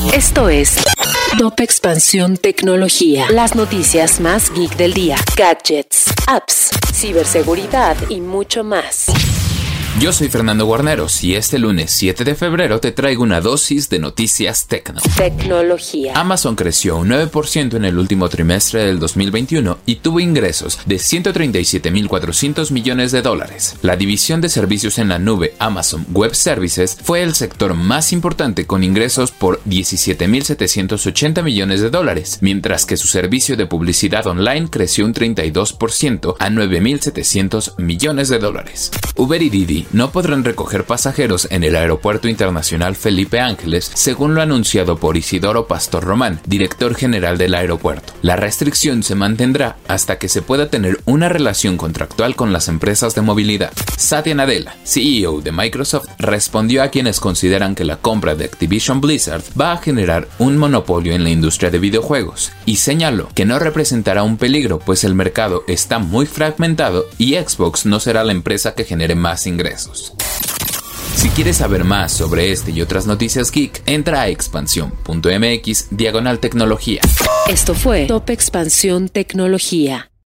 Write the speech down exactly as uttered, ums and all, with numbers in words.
Esto es Top Expansión Tecnología. Las noticias más geek del día. Gadgets, apps, ciberseguridad y mucho más. Yo soy Fernando Guarneros y este lunes siete de febrero te traigo una dosis de noticias tecno. Tecnología. Amazon creció un nueve por ciento en el último trimestre del dos mil veintiuno y tuvo ingresos de ciento treinta y siete mil cuatrocientos millones de dólares. La división de servicios en la nube Amazon Web Services fue el sector más importante con ingresos por diecisiete mil setecientos ochenta millones de dólares, mientras que su servicio de publicidad online creció un treinta y dos por ciento a nueve mil setecientos millones de dólares. Uber y Didi no podrán recoger pasajeros en el Aeropuerto Internacional Felipe Ángeles, según lo anunciado por Isidoro Pastor Román, director general del aeropuerto. La restricción se mantendrá hasta que se pueda tener una relación contractual con las empresas de movilidad. Satya Nadella, C E O de Microsoft, respondió a quienes consideran que la compra de Activision Blizzard va a generar un monopolio en la industria de videojuegos, y señaló que no representará un peligro, pues el mercado está muy fragmentado y Xbox no será la empresa que genere más ingresos. Si quieres saber más sobre este y otras noticias geek, entra a expansión punto m x diagonal tecnología. Esto fue Top Expansión Tecnología.